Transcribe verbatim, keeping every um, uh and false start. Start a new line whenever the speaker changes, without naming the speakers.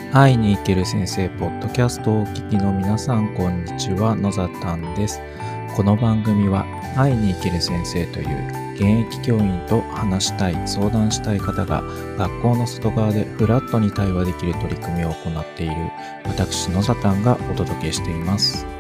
会いに行ける先生ポッドキャストをお聞きの皆さん、こんにちは。野ざたんです。この番組は会いに行ける先生という現役教員と話したい、相談したい方が学校の外側でフラットに対話できる取り組みを行っている私野ざたんがお届けしています。